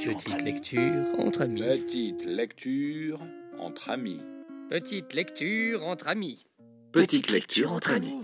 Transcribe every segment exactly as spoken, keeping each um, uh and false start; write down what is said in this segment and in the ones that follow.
Petite lecture entre amis. Petite lecture entre amis. Petite lecture entre amis. Petite lecture entre amis.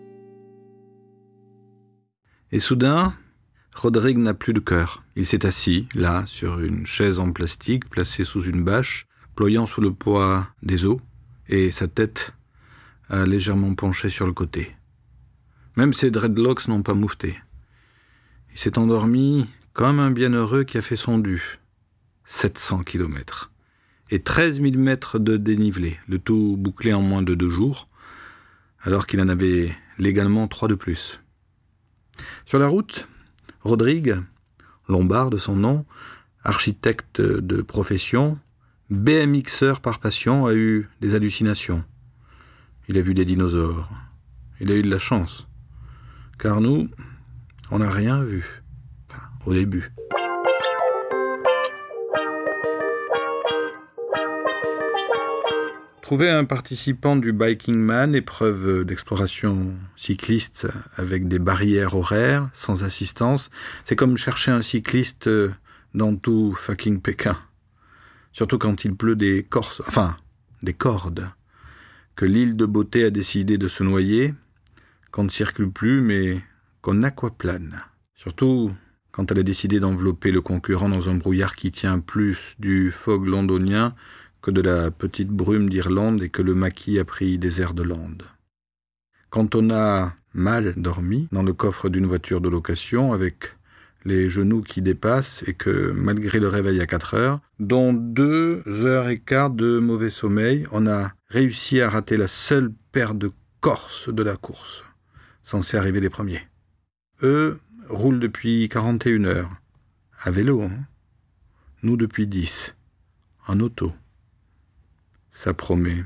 Et soudain, Rodrigue n'a plus de cœur. Il s'est assis, là, sur une chaise en plastique, placée sous une bâche, ployant sous le poids des os, et sa tête a légèrement penché sur le côté. Même ses dreadlocks n'ont pas moufté. Il s'est endormi comme un bienheureux qui a fait son dû. sept cents kilomètres. Et treize mille mètres de dénivelé, le tout bouclé en moins de deux jours, alors qu'il en avait légalement trois de plus. Sur la route, Rodrigue, Lombard de son nom, architecte de profession, BMXeur par passion, a eu des hallucinations. Il a vu des dinosaures. Il a eu de la chance. Car nous, on n'a rien vu. Enfin, au début. Trouver un participant du Biking Man, épreuve d'exploration cycliste avec des barrières horaires, sans assistance, c'est comme chercher un cycliste dans tout fucking Pékin. Surtout quand il pleut des corses, enfin, des cordes, que l'île de beauté a décidé de se noyer, qu'on ne circule plus, mais qu'on aquaplane. Surtout quand elle a décidé d'envelopper le concurrent dans un brouillard qui tient plus du fog londonien que de la petite brume d'Irlande et que le maquis a pris des airs de lande. Quand on a mal dormi dans le coffre d'une voiture de location avec les genoux qui dépassent et que, malgré le réveil à quatre heures, dont deux heures et quart de mauvais sommeil, on a réussi à rater la seule paire de corses de la course, censés arriver les premiers. Eux roulent depuis quarante et une heures, à vélo, hein. Nous depuis dix, en auto. Ça promet.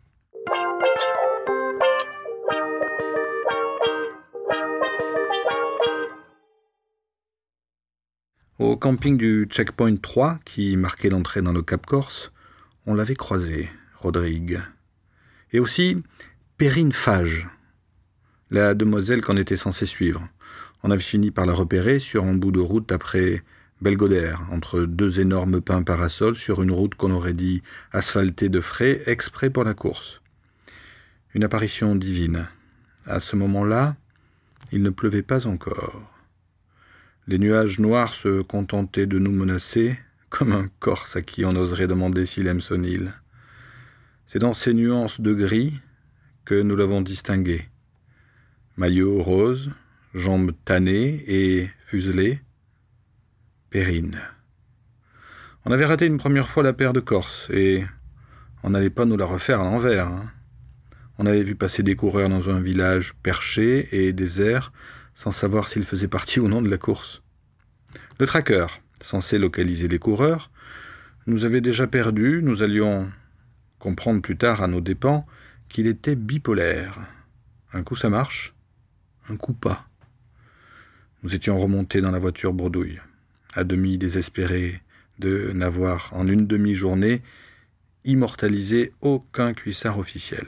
Au camping du checkpoint trois, qui marquait l'entrée dans le Cap Corse, on l'avait croisé, Rodrigue. Et aussi Perrine Fage, la demoiselle qu'on était censé suivre. On avait fini par la repérer sur un bout de route après Belgodère, entre deux énormes pins parasols sur une route qu'on aurait dit asphaltée de frais exprès pour la course. Une apparition divine. À ce moment-là, il ne pleuvait pas encore. Les nuages noirs se contentaient de nous menacer, comme un Corse à qui on oserait demander s'il aime son île. C'est dans ces nuances de gris que nous l'avons distingué. Maillot rose, jambes tannées et fuselées, Perrine. On avait raté une première fois la paire de Corse, et on n'allait pas nous la refaire à l'envers. Hein. On avait vu passer des coureurs dans un village perché et désert, sans savoir s'ils faisaient partie ou non de la course. Le tracker, censé localiser les coureurs, nous avait déjà perdus. Nous allions comprendre plus tard à nos dépens qu'il était bipolaire. Un coup ça marche, un coup pas. Nous étions remontés dans la voiture bredouille, à demi désespérés de n'avoir en une demi-journée immortalisé aucun cuissard officiel.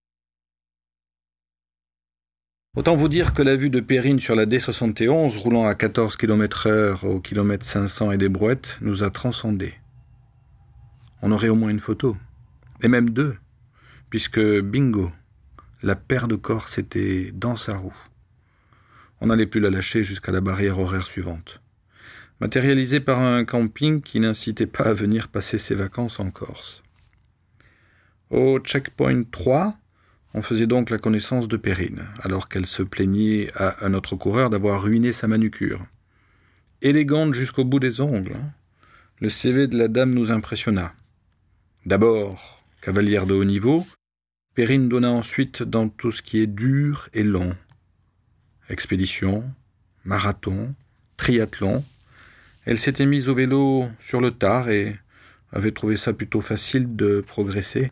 Autant vous dire que la vue de Perrine sur la D soixante et onze, roulant à quatorze kilomètres heure au kilomètre cinq cents et des brouettes, nous a transcendés. On aurait au moins une photo, et même deux, puisque bingo, la paire de Corse était dans sa roue. On n'allait plus la lâcher jusqu'à la barrière horaire suivante, matérialisée par un camping qui n'incitait pas à venir passer ses vacances en Corse. Au checkpoint trois, on faisait donc la connaissance de Perrine, alors qu'elle se plaignait à un autre coureur d'avoir ruiné sa manucure. Élégante jusqu'au bout des ongles, hein, le C V de la dame nous impressionna. D'abord, cavalière de haut niveau, Perrine donna ensuite dans tout ce qui est dur et long. Expédition, marathon, triathlon. Elle s'était mise au vélo sur le tard et avait trouvé ça plutôt facile de progresser.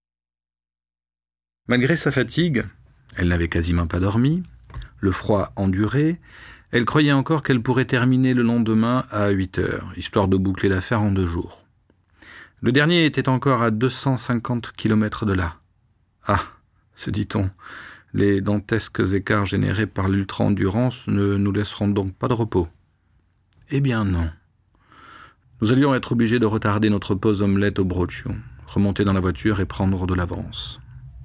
Malgré sa fatigue, elle n'avait quasiment pas dormi, le froid enduré, elle croyait encore qu'elle pourrait terminer le lendemain à huit heures, histoire de boucler l'affaire en deux jours. Le dernier était encore à deux cent cinquante kilomètres de là. Ah, se dit-on, les dantesques écarts générés par l'ultra-endurance ne nous laisseront donc pas de repos. Eh bien non. Nous allions être obligés de retarder notre pause omelette au broccio, remonter dans la voiture et prendre de l'avance.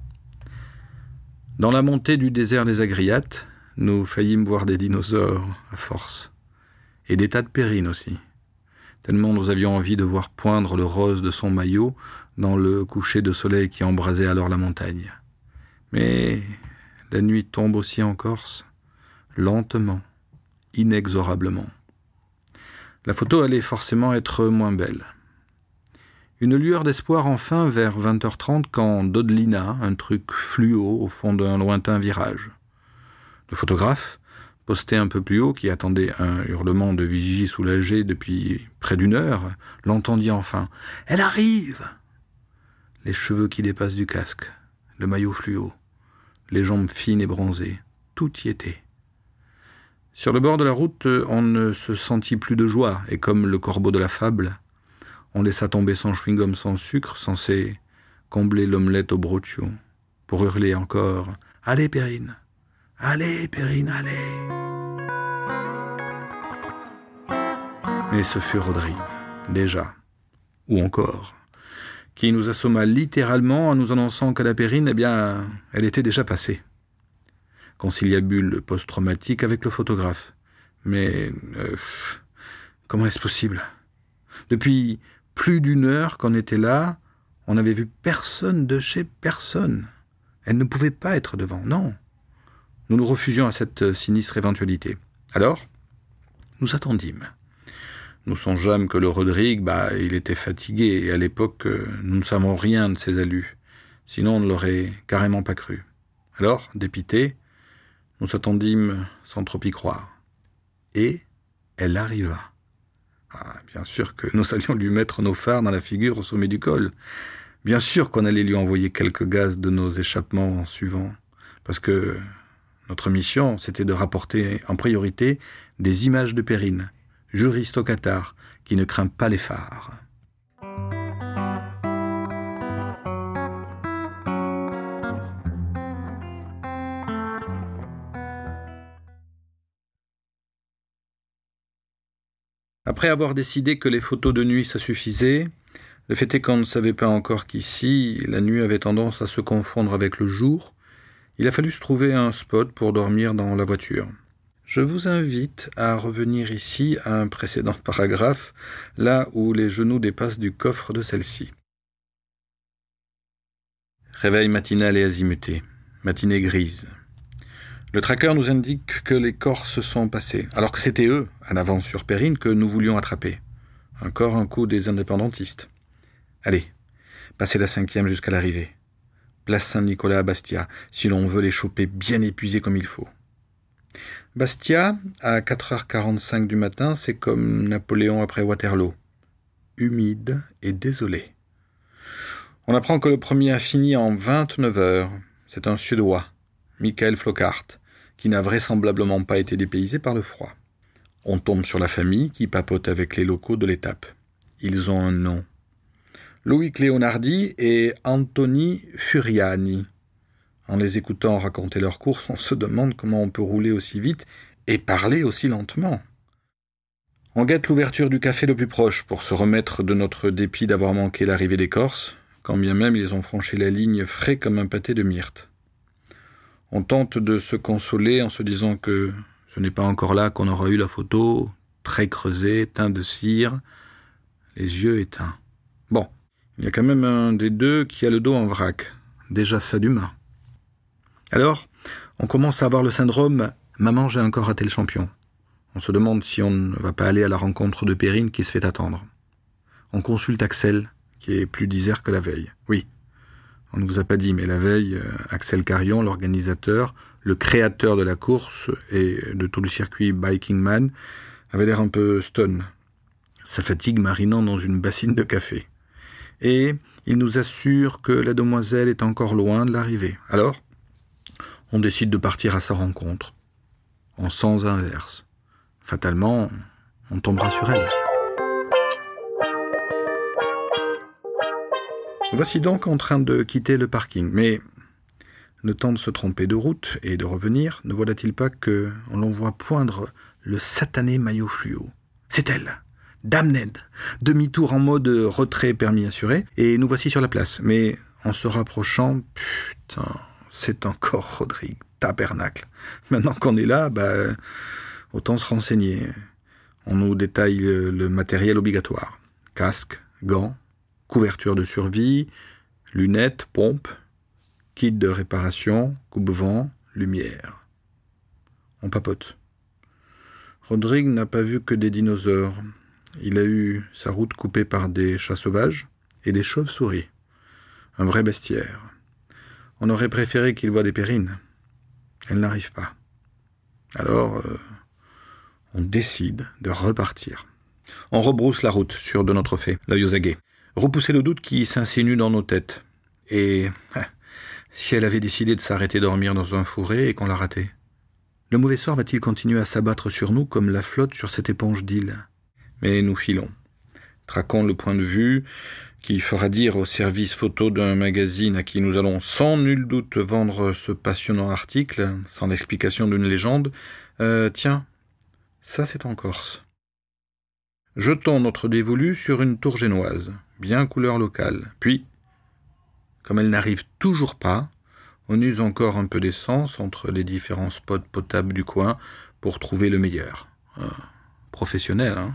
Dans la montée du désert des Agriates, nous faillîmes voir des dinosaures à force, et des tas de pérines aussi, tellement nous avions envie de voir poindre le rose de son maillot dans le coucher de soleil qui embrasait alors la montagne. Mais la nuit tombe aussi en Corse, lentement, inexorablement. La photo allait forcément être moins belle. Une lueur d'espoir enfin vers vingt heures trente quand Dodelina, un truc fluo au fond d'un lointain virage. Le photographe, posté un peu plus haut, qui attendait un hurlement de vigie soulagée depuis près d'une heure, l'entendit enfin. « Elle arrive !» Les cheveux qui dépassent du casque, le maillot fluo, les jambes fines et bronzées, tout y était. Sur le bord de la route, on ne se sentit plus de joie, et comme le corbeau de la fable, on laissa tomber son chewing-gum sans sucre, censé combler l'omelette au broccio, pour hurler encore « Allez, Perrine ! Allez, Perrine, allez !» Mais ce fut Rodrigue, déjà, ou encore, qui nous assomma littéralement en nous annonçant que la Perrine, eh bien, elle était déjà passée. Conciliabule post-traumatique avec le photographe. Mais euh, comment est-ce possible ? Depuis plus d'une heure qu'on était là, on n'avait vu personne de chez personne. Elle ne pouvait pas être devant, non. Nous nous refusions à cette sinistre éventualité. Alors, nous attendîmes. Nous songeâmes que le Rodrigue, bah, il était fatigué, et à l'époque, nous ne savions rien de ses allus. Sinon, on ne l'aurait carrément pas cru. Alors, dépités, nous attendîmes sans trop y croire. Et elle arriva. Ah, bien sûr que nous allions lui mettre nos phares dans la figure au sommet du col. Bien sûr qu'on allait lui envoyer quelques gaz de nos échappements suivants. Parce que notre mission, c'était de rapporter en priorité des images de Perrine, juriste au Qatar, qui ne craint pas les phares. Après avoir décidé que les photos de nuit, ça suffisait, le fait est qu'on ne savait pas encore qu'ici, la nuit avait tendance à se confondre avec le jour. Il a fallu se trouver un spot pour dormir dans la voiture. Je vous invite à revenir ici à un précédent paragraphe, là où les genoux dépassent du coffre de celle-ci. Réveil matinal et azimuté. Matinée grise. Le tracker nous indique que les Corses sont passés, alors que c'était eux, en avance sur Perrine, que nous voulions attraper. Encore un coup des indépendantistes. Allez, passez la cinquième jusqu'à l'arrivée. Place Saint-Nicolas à Bastia, si l'on veut les choper bien épuisés comme il faut. Bastia, à quatre heures quarante-cinq du matin, c'est comme Napoléon après Waterloo. Humide et désolé. On apprend que le premier a fini en vingt-neuf heures. C'est un Suédois, Michael Flockhart, qui n'a vraisemblablement pas été dépaysé par le froid. On tombe sur la famille qui papote avec les locaux de l'étape. Ils ont un nom. Loïc Leonardi et Anthony Furiani. En les écoutant raconter leurs courses, on se demande comment on peut rouler aussi vite et parler aussi lentement. On guette l'ouverture du café le plus proche pour se remettre de notre dépit d'avoir manqué l'arrivée des Corses, quand bien même ils ont franchi la ligne frais comme un pâté de myrte. On tente de se consoler en se disant que ce n'est pas encore là qu'on aura eu la photo, très creusée, teint de cire, les yeux éteints. Bon, il y a quand même un des deux qui a le dos en vrac, déjà ça d'humain. Alors, on commence à avoir le syndrome « Maman, j'ai encore raté le champion ». On se demande si on ne va pas aller à la rencontre de Perrine qui se fait attendre. On consulte Axel, qui est plus disert que la veille. Oui, on ne vous a pas dit, mais la veille, Axel Carion, l'organisateur, le créateur de la course et de tout le circuit Biking Man, avait l'air un peu stone, sa fatigue marinant dans une bassine de café. Et il nous assure que la demoiselle est encore loin de l'arrivée. Alors, on décide de partir à sa rencontre, en sens inverse. Fatalement, on tombera sur elle. Voici donc en train de quitter le parking, mais le temps de se tromper de route et de revenir, ne voilà-t-il pas que on l'on voit poindre le satané maillot fluo. C'est elle, damned. Demi-tour en mode retrait permis assuré, et nous voici sur la place. Mais en se rapprochant, putain, c'est encore Rodrigue, tabernacle. Maintenant qu'on est là, bah, autant se renseigner. On nous détaille le, le matériel obligatoire. Casque, gants, couverture de survie, lunettes, pompe, kit de réparation, coupe-vent, lumière. On papote. Rodrigue n'a pas vu que des dinosaures. Il a eu sa route coupée par des chats sauvages et des chauves-souris. Un vrai bestiaire. On aurait préféré qu'il voie des pérines. Elles n'arrivent pas. Alors, euh, on décide de repartir. On rebrousse la route, sûr de notre fait, l'œil aux aguets. Repousser le doute qui s'insinue dans nos têtes. Et hein, si elle avait décidé de s'arrêter dormir dans un fourré et qu'on l'a raté? Le mauvais sort va-t-il continuer à s'abattre sur nous comme la flotte sur cette éponge d'île? Mais nous filons. Traquons le point de vue qui fera dire au service photo d'un magazine à qui nous allons sans nul doute vendre ce passionnant article, sans l'explication d'une légende. Euh, tiens, ça c'est en Corse. Jetons notre dévolu sur une tour génoise, bien couleur locale. Puis, comme elle n'arrive toujours pas, on use encore un peu d'essence entre les différents spots potables du coin pour trouver le meilleur. Euh, professionnel, hein?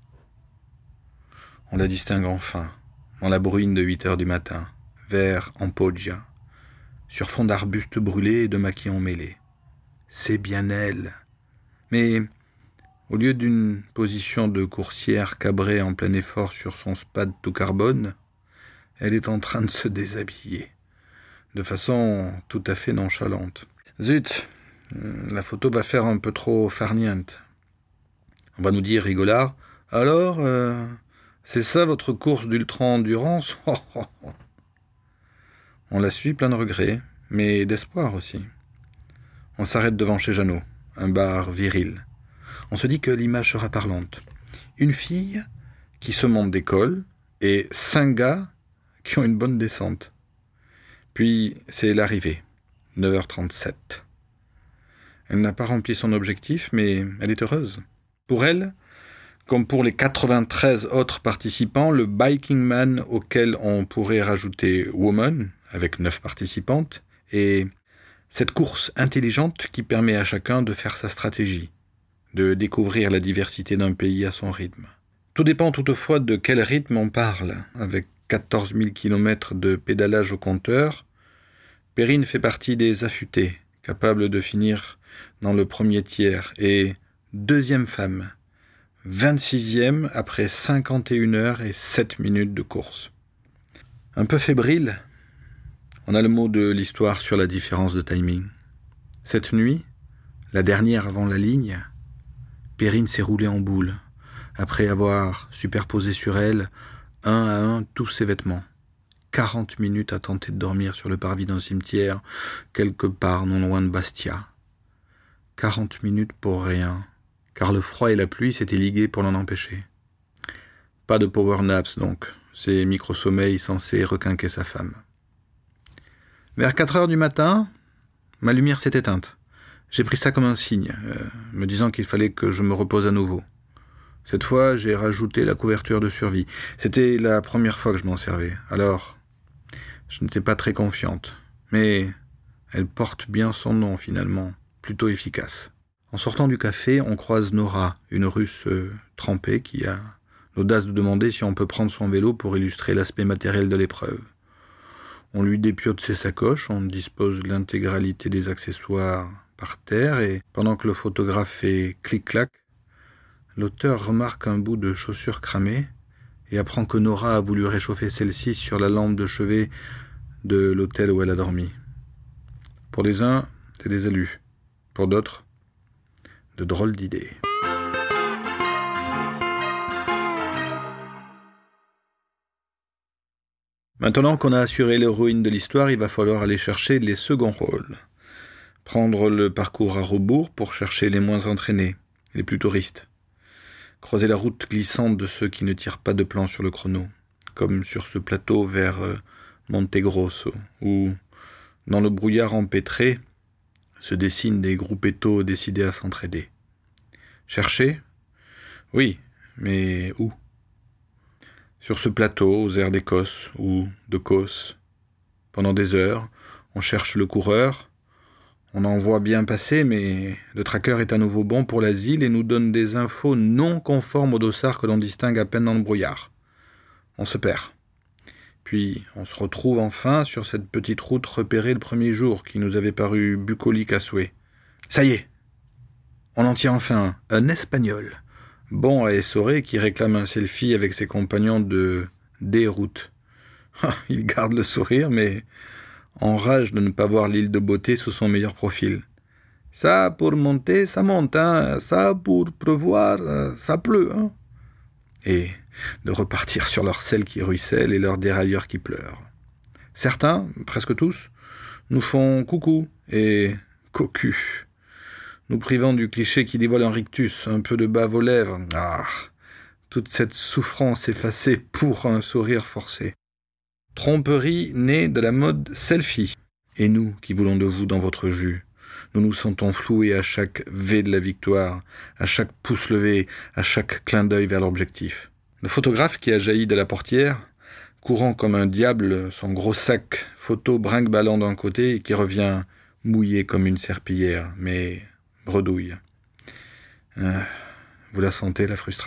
On la distingue enfin, dans la bruine de huit heures du matin, vert en poggia, sur fond d'arbustes brûlés et de maquis emmêlés. C'est bien elle. Mais au lieu d'une position de coursière cabrée en plein effort sur son spad tout carbone, elle est en train de se déshabiller, de façon tout à fait nonchalante. Zut, la photo va faire un peu trop farniente. On va nous dire rigolard, alors, euh, c'est ça votre course d'ultra-endurance? On la suit plein de regrets, mais d'espoir aussi. On s'arrête devant chez Jeannot, un bar viril. On se dit que l'image sera parlante. Une fille qui se monte d'école et cinq gars qui ont une bonne descente. Puis c'est l'arrivée, neuf heures trente-sept. Elle n'a pas rempli son objectif, mais elle est heureuse. Pour elle, comme pour les quatre-vingt-treize autres participants, le Biking Man auquel on pourrait rajouter Woman, avec neuf participantes, et cette course intelligente qui permet à chacun de faire sa stratégie, de découvrir la diversité d'un pays à son rythme. Tout dépend toutefois de quel rythme on parle. Avec quatorze mille kilomètres de pédalage au compteur, Perrine fait partie des affûtés, capables de finir dans le premier tiers, et deuxième femme, vingt-sixième après cinquante et une heures et sept minutes de course. Un peu fébrile, on a le mot de l'histoire sur la différence de timing. Cette nuit, la dernière avant la ligne, Perrine s'est roulée en boule, après avoir superposé sur elle, un à un, tous ses vêtements. quarante minutes à tenter de dormir sur le parvis d'un cimetière, quelque part non loin de Bastia. quarante minutes pour rien, car le froid et la pluie s'étaient ligués pour l'en empêcher. Pas de power naps donc, ces micro-sommeils censés requinquer sa femme. Vers quatre heures du matin, ma lumière s'est éteinte. J'ai pris ça comme un signe, euh, me disant qu'il fallait que je me repose à nouveau. Cette fois, j'ai rajouté la couverture de survie. C'était la première fois que je m'en servais. Alors, je n'étais pas très confiante. Mais elle porte bien son nom finalement, plutôt efficace. En sortant du café, on croise Nora, une Russe euh, trempée qui a l'audace de demander si on peut prendre son vélo pour illustrer l'aspect matériel de l'épreuve. On lui dépiote ses sacoches, on dispose l'intégralité des accessoires par terre et pendant que le photographe fait clic-clac, l'auteur remarque un bout de chaussure cramée et apprend que Nora a voulu réchauffer celle-ci sur la lampe de chevet de l'hôtel où elle a dormi. Pour les uns, c'est des alus. Pour d'autres, de drôles d'idées. Maintenant qu'on a assuré l'héroïne de l'histoire, il va falloir aller chercher les seconds rôles. Prendre le parcours à rebours pour chercher les moins entraînés, les plus touristes. Croiser la route glissante de ceux qui ne tirent pas de plan sur le chrono, comme sur ce plateau vers Montegrosso, où, dans le brouillard empêtré, se dessinent des groupettos décidés à s'entraider. Chercher ? Oui, Mais où ? Sur ce plateau, aux airs d'Écosse ou de Causse. Pendant des heures, on cherche le coureur. On en voit bien passer, mais le tracker est à nouveau bon pour l'asile et nous donne des infos non conformes au dossard que l'on distingue à peine dans le brouillard. On se perd. Puis on se retrouve enfin sur cette petite route repérée le premier jour qui nous avait paru bucolique à souhait. Ça y est, on en tient enfin un, un Espagnol, bon à essorer, qui réclame un selfie avec ses compagnons de déroute. Il garde le sourire, mais enrage de ne pas voir l'île de beauté sous son meilleur profil. Ça pour monter, ça monte, hein. Ça pour pleuvoir, ça pleut, hein. Et de repartir sur leur sel qui ruisselle et leurs dérailleurs qui pleurent. Certains, presque tous, nous font coucou et cocu, nous privant du cliché qui dévoile un rictus, un peu de bave aux lèvres. Ah, toute cette souffrance effacée pour un sourire forcé. Tromperie née de la mode selfie. Et nous qui voulons de vous dans votre jus, nous nous sentons floués à chaque V de la victoire, à chaque pouce levé, à chaque clin d'œil vers l'objectif. Le photographe qui a jailli de la portière, courant comme un diable, son gros sac photo brinque-ballant d'un côté et qui revient mouillé comme une serpillière, mais bredouille. Euh, vous la sentez, la frustration ?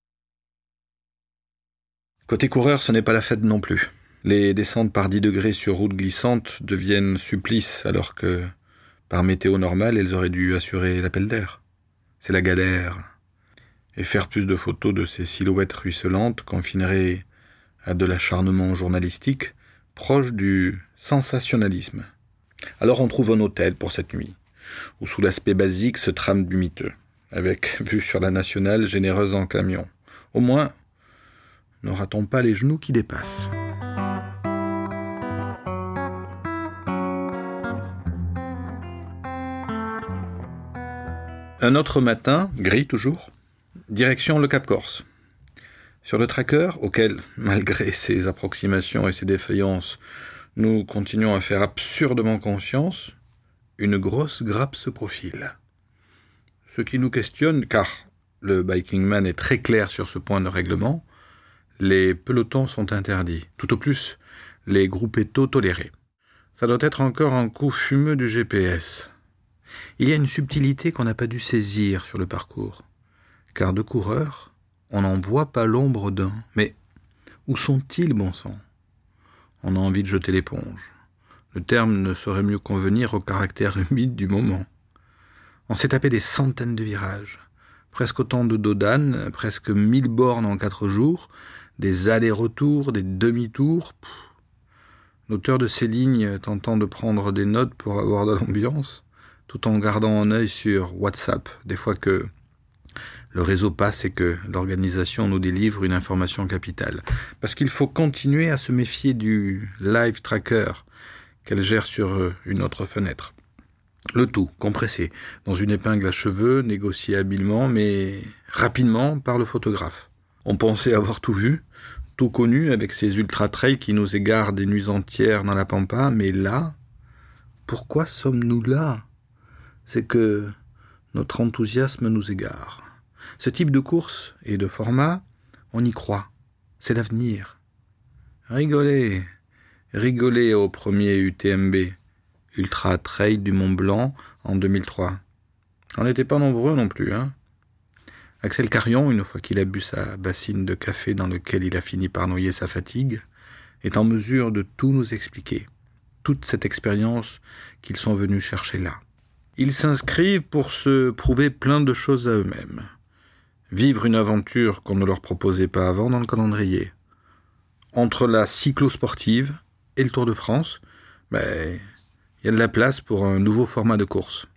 Côté coureur, ce n'est pas la fête non plus. Les descentes par dix degrés sur route glissante deviennent supplices, alors que, par météo normale, elles auraient dû assurer l'appel d'air. C'est la galère. Et faire plus de photos de ces silhouettes ruisselantes confinerait à de l'acharnement journalistique proche du sensationnalisme. Alors on trouve un hôtel pour cette nuit, où sous l'aspect basique se trame du miteux, avec vue sur la nationale généreuse en camion. Au moins, n'aura-t-on pas les genoux qui dépassent. Un autre matin, gris toujours, direction le Cap Corse. Sur le tracker, auquel, malgré ses approximations et ses défaillances, nous continuons à faire absurdement confiance, une grosse grappe se profile. Ce qui nous questionne, car le Biking Man est très clair sur ce point de règlement, les pelotons sont interdits, tout au plus les groupettos tolérés. Ça doit être encore un coup fumeux du G P S. Il y a une subtilité qu'on n'a pas dû saisir sur le parcours, car de coureurs, on n'en voit pas l'ombre d'un. Mais où sont-ils, bon sang ? On a envie de jeter l'éponge. Le terme ne saurait mieux convenir au caractère humide du moment. On s'est tapé des centaines de virages, presque autant de dos d'âne, presque mille bornes en quatre jours, des allers-retours, des demi-tours. Pff. L'auteur de ces lignes tentant de prendre des notes pour avoir de l'ambiance, tout en gardant un œil sur WhatsApp, des fois que le réseau passe et que l'organisation nous délivre une information capitale. Parce qu'il faut continuer à se méfier du live tracker qu'elle gère sur une autre fenêtre. Le tout compressé dans une épingle à cheveux, négocié habilement, mais rapidement par le photographe. On pensait avoir tout vu, tout connu avec ces ultra-trails qui nous égarent des nuits entières dans la pampa, mais là, pourquoi sommes-nous là ? C'est que notre enthousiasme nous égare. Ce type de course et de format, on y croit. C'est l'avenir. Rigolez, rigolez au premier U T M B, Ultra Trail du Mont Blanc en deux mille trois. On n'était pas nombreux non plus, hein. Axel Carion, une fois qu'il a bu sa bassine de café dans lequel il a fini par noyer sa fatigue, est en mesure de tout nous expliquer. Toute cette expérience qu'ils sont venus chercher là. Ils s'inscrivent pour se prouver plein de choses à eux-mêmes. Vivre une aventure qu'on ne leur proposait pas avant dans le calendrier. Entre la cyclo-sportive et le Tour de France, ben, il y a de la place pour un nouveau format de course.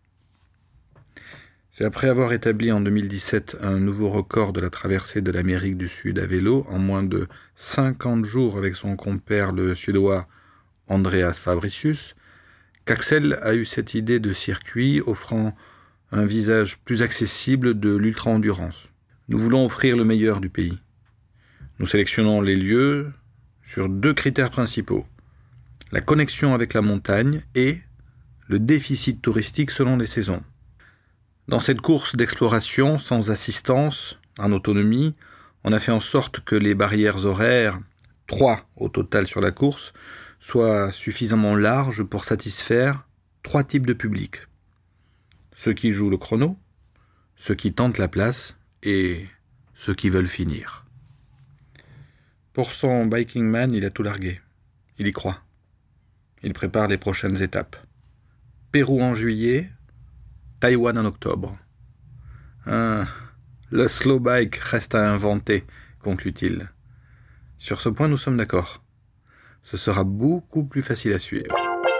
C'est après avoir établi en deux mille dix-sept un nouveau record de la traversée de l'Amérique du Sud à vélo en moins de cinquante jours avec son compère le Suédois Andreas Fabricius, qu'Axel a eu cette idée de circuit offrant un visage plus accessible de l'ultra-endurance. Nous voulons offrir le meilleur du pays. Nous sélectionnons les lieux sur deux critères principaux, la connexion avec la montagne et le déficit touristique selon les saisons. Dans cette course d'exploration sans assistance, en autonomie, on a fait en sorte que les barrières horaires, trois au total sur la course, soient suffisamment larges pour satisfaire trois types de publics. Ceux qui jouent le chrono, ceux qui tentent la place et ceux qui veulent finir. Pour son Biking Man, il a tout largué. Il y croit. Il prépare les prochaines étapes. Pérou en juillet, Taïwan en octobre. Ah, le slow bike reste à inventer, conclut-il. Sur ce point, nous sommes d'accord. Ce sera beaucoup plus facile à suivre.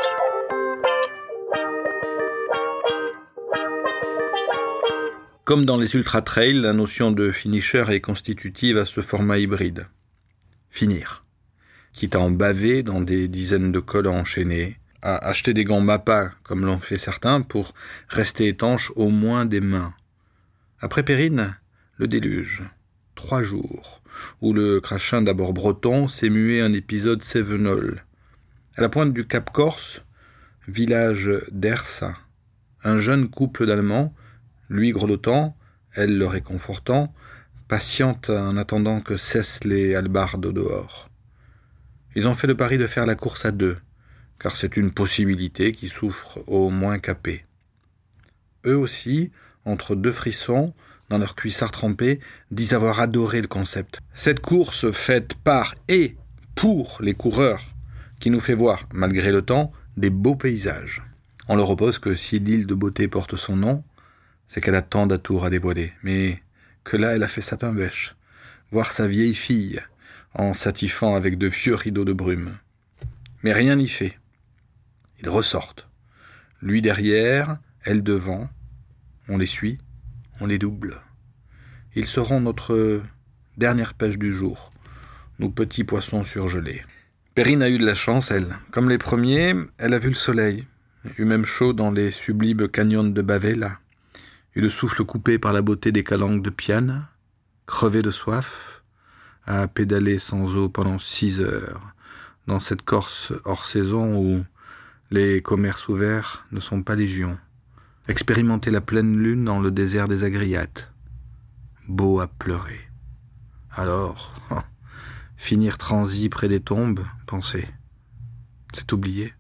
Comme dans les ultra-trails, la notion de finisher est constitutive à ce format hybride. Finir. Quitte à en baver dans des dizaines de cols enchaînés, à acheter des gants Mappa, comme l'ont fait certains, pour rester étanche au moins des mains. Après Périne, le déluge. Trois jours, où le crachin d'abord breton s'est mué un épisode cévenol. À la pointe du Cap Corse, village d'Ersa, un jeune couple d'Allemands, lui grelottant, elle le réconfortant, patiente en attendant que cessent les hallebardes au dehors. Ils ont fait le pari de faire la course à deux, car c'est une possibilité qui souffre au moins capé. Eux aussi, entre deux frissons, dans leur cuissard trempé, disent avoir adoré le concept. Cette course faite par et pour les coureurs, qui nous fait voir, malgré le temps, des beaux paysages. On leur oppose que si l'île de beauté porte son nom, c'est qu'elle a tant d'atours à dévoiler, mais que là elle a fait sa pain-bêche, voir sa vieille fille, en s'attifant avec de vieux rideaux de brume. Mais rien n'y fait. Ils ressortent. Lui derrière, elle devant. On les suit, on les double. Ils seront notre dernière pêche du jour, nos petits poissons surgelés. Périne a eu de la chance, elle. Comme les premiers, elle a vu le soleil, eu même chaud dans les sublimes canyons de Bavela, eu le souffle coupé par la beauté des calanques de Piane, crevé de soif, à pédaler sans eau pendant six heures, dans cette Corse hors saison où les commerces ouverts ne sont pas légion. Expérimenter la pleine lune dans le désert des Agriates. Beau à pleurer. Alors, finir transi près des tombes, pensez, c'est oublié.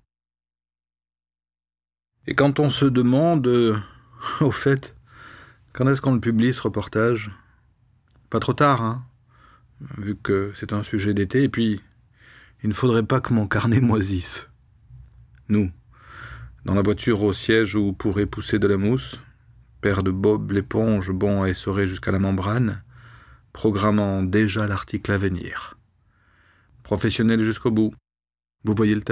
Et quand on se demande, euh, au fait, quand est-ce qu'on le publie ce reportage ? Pas trop tard, hein, vu que c'est un sujet d'été, et puis il ne faudrait pas que mon carnet moisisse. Nous, dans la voiture au siège où pourrait pousser de la mousse, paire de Bob l'éponge bon à essorer jusqu'à la membrane, programmant déjà l'article à venir. Professionnel jusqu'au bout. Vous voyez le tableau ?